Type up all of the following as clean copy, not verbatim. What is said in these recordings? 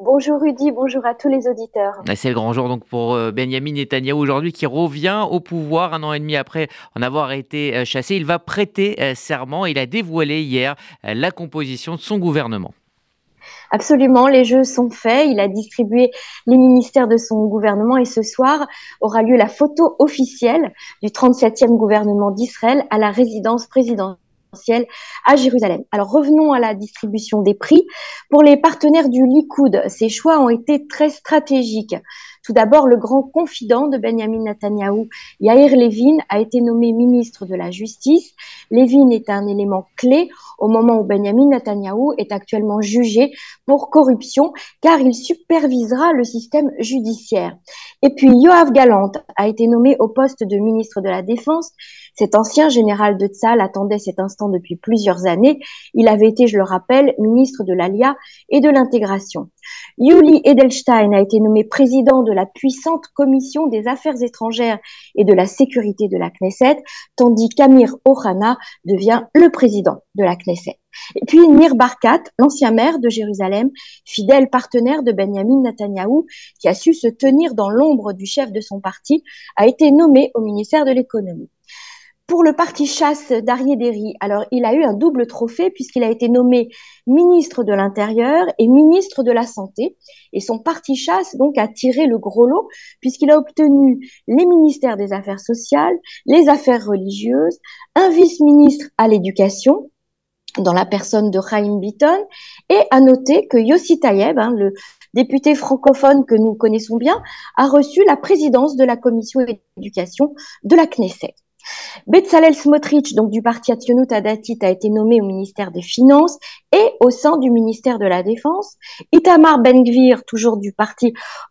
Bonjour Rudy, bonjour à tous les auditeurs. C'est le grand jour donc pour Benyamin Netanyahou aujourd'hui qui revient au pouvoir un an et demi après en avoir été chassé. Il va prêter serment. Il a dévoilé hier la composition de son gouvernement. Absolument, les jeux sont faits. Il a distribué les ministères de son gouvernement et ce soir aura lieu la photo officielle du 37e gouvernement d'Israël à la résidence présidentielle à Jérusalem. Alors revenons à la distribution des prix. Pour les partenaires du Likoud, ces choix ont été très stratégiques. Tout d'abord, le grand confident de Benjamin Netanyahou, Yair Levin, a été nommé ministre de la Justice. Levin est un élément clé au moment où Benjamin Netanyahou est actuellement jugé pour corruption, car il supervisera le système judiciaire. Et puis, Yoav Gallant a été nommé au poste de ministre de la Défense. Cet ancien général de Tsahal attendait cet instant depuis plusieurs années. Il avait été, je le rappelle, ministre de l'Alia et de l'intégration. Yuli Edelstein a été nommé président de la puissante commission des affaires étrangères et de la sécurité de la Knesset, tandis qu'Amir Ohana devient le président de la Knesset. Et puis Nir Barkat, l'ancien maire de Jérusalem, fidèle partenaire de Benjamin Netanyahou, qui a su se tenir dans l'ombre du chef de son parti, a été nommé au ministère de l'économie. Pour le parti chasse d'Aryeh Deri, alors il a eu un double trophée puisqu'il a été nommé ministre de l'Intérieur et ministre de la Santé. Et son parti chasse donc a tiré le gros lot puisqu'il a obtenu les ministères des Affaires sociales, les Affaires religieuses, un vice-ministre à l'éducation dans la personne de Chaim Bitton. Et à noter que Yossi Tayeb, le député francophone que nous connaissons bien, a reçu la présidence de la commission éducation de la Knesset. Bezalel Smotrich, donc du parti Hatzionut Hadatit, a été nommé au ministère des Finances et au sein du ministère de la Défense. Itamar Ben-Gvir, toujours du parti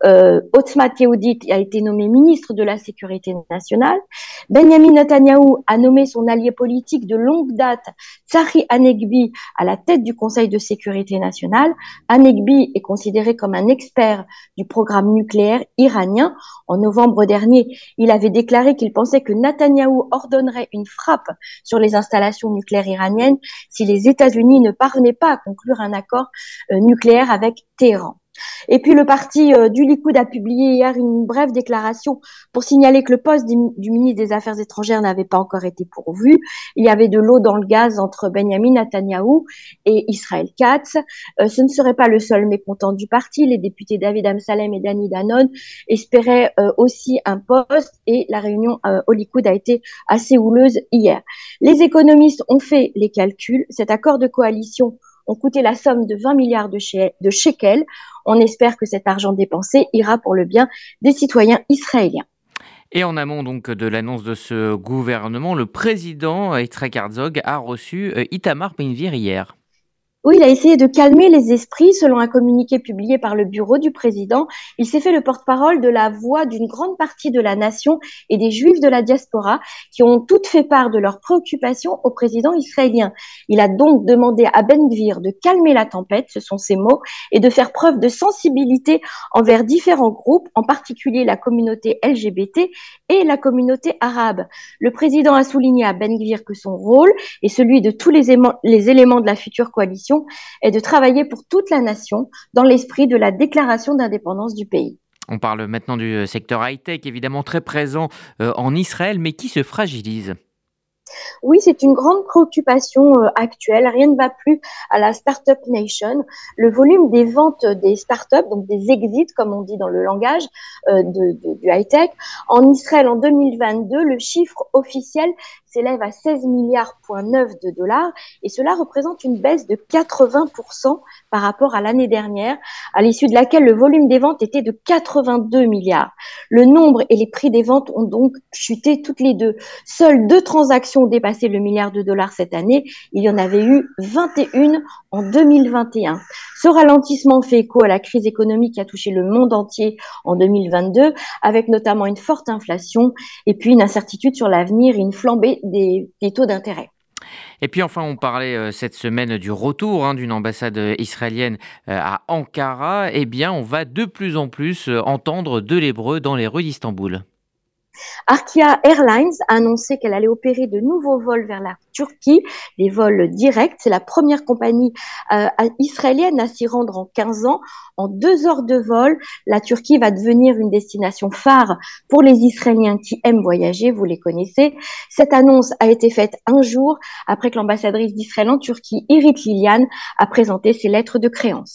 Otzma Yehudit, a été nommé ministre de la Sécurité nationale. Benjamin Netanyahou a nommé son allié politique de longue date, Tzachi Hanegbi, à la tête du Conseil de sécurité nationale. Hanegbi est considéré comme un expert du programme nucléaire iranien. En novembre dernier, il avait déclaré qu'il pensait que Netanyahou ordonnerait une frappe sur les installations nucléaires iraniennes si les États-Unis ne parvenaient pas à conclure un accord nucléaire avec Téhéran. Et puis le parti du Likoud a publié hier une brève déclaration pour signaler que le poste du ministre des Affaires étrangères n'avait pas encore été pourvu. Il y avait de l'eau dans le gaz entre Benjamin Netanyahou et Israël Katz. Ce ne serait pas le seul mécontent du parti. Les députés David Amsalem et Dani Danon espéraient aussi un poste et la réunion au Likoud a été assez houleuse hier. Les économistes ont fait les calculs. Cet accord de coalition ont coûté la somme de 20 milliards de shekels. On espère que cet argent dépensé ira pour le bien des citoyens israéliens. Et en amont donc de l'annonce de ce gouvernement, le président Yitzhak Herzog a reçu Itamar Ben-Gvir hier. Oui, il a essayé de calmer les esprits. Selon un communiqué publié par le bureau du président, il s'est fait le porte-parole de la voix d'une grande partie de la nation et des juifs de la diaspora qui ont toutes fait part de leurs préoccupations au président israélien. Il a donc demandé à Ben-Gvir de calmer la tempête, ce sont ses mots, et de faire preuve de sensibilité envers différents groupes, en particulier la communauté LGBT et la communauté arabe. Le président a souligné à Ben-Gvir que son rôle et celui de tous les éléments de la future coalition est de travailler pour toute la nation dans l'esprit de la déclaration d'indépendance du pays. On parle maintenant du secteur high-tech, évidemment très présent en Israël, mais qui se fragilise. Oui, c'est une grande préoccupation actuelle. Rien ne va plus à la Startup Nation. Le volume des ventes des startups, donc des exits, comme on dit dans le langage du high-tech, en Israël en 2022, le chiffre officiel s'élève à 16 milliards de dollars et cela représente une baisse de 80% par rapport à l'année dernière, à l'issue de laquelle le volume des ventes était de 82 milliards. Le nombre et les prix des ventes ont donc chuté toutes les deux. Seules 2 transactions ont dépassé le milliard de dollars cette année. Il y en avait eu 21 en 2021. Ce ralentissement fait écho à la crise économique qui a touché le monde entier en 2022, avec notamment une forte inflation et puis une incertitude sur l'avenir et une flambée des taux d'intérêt. Et puis enfin, on parlait cette semaine du retour d'une ambassade israélienne à Ankara. Eh bien, on va de plus en plus entendre de l'hébreu dans les rues d'Istanbul. Arkia Airlines a annoncé qu'elle allait opérer de nouveaux vols vers la Turquie, des vols directs. C'est la première compagnie israélienne à s'y rendre en 15 ans. En 2 heures de vol, la Turquie va devenir une destination phare pour les Israéliens qui aiment voyager, vous les connaissez. Cette annonce a été faite un jour après que l'ambassadrice d'Israël en Turquie, Irit Lilian, a présenté ses lettres de créance.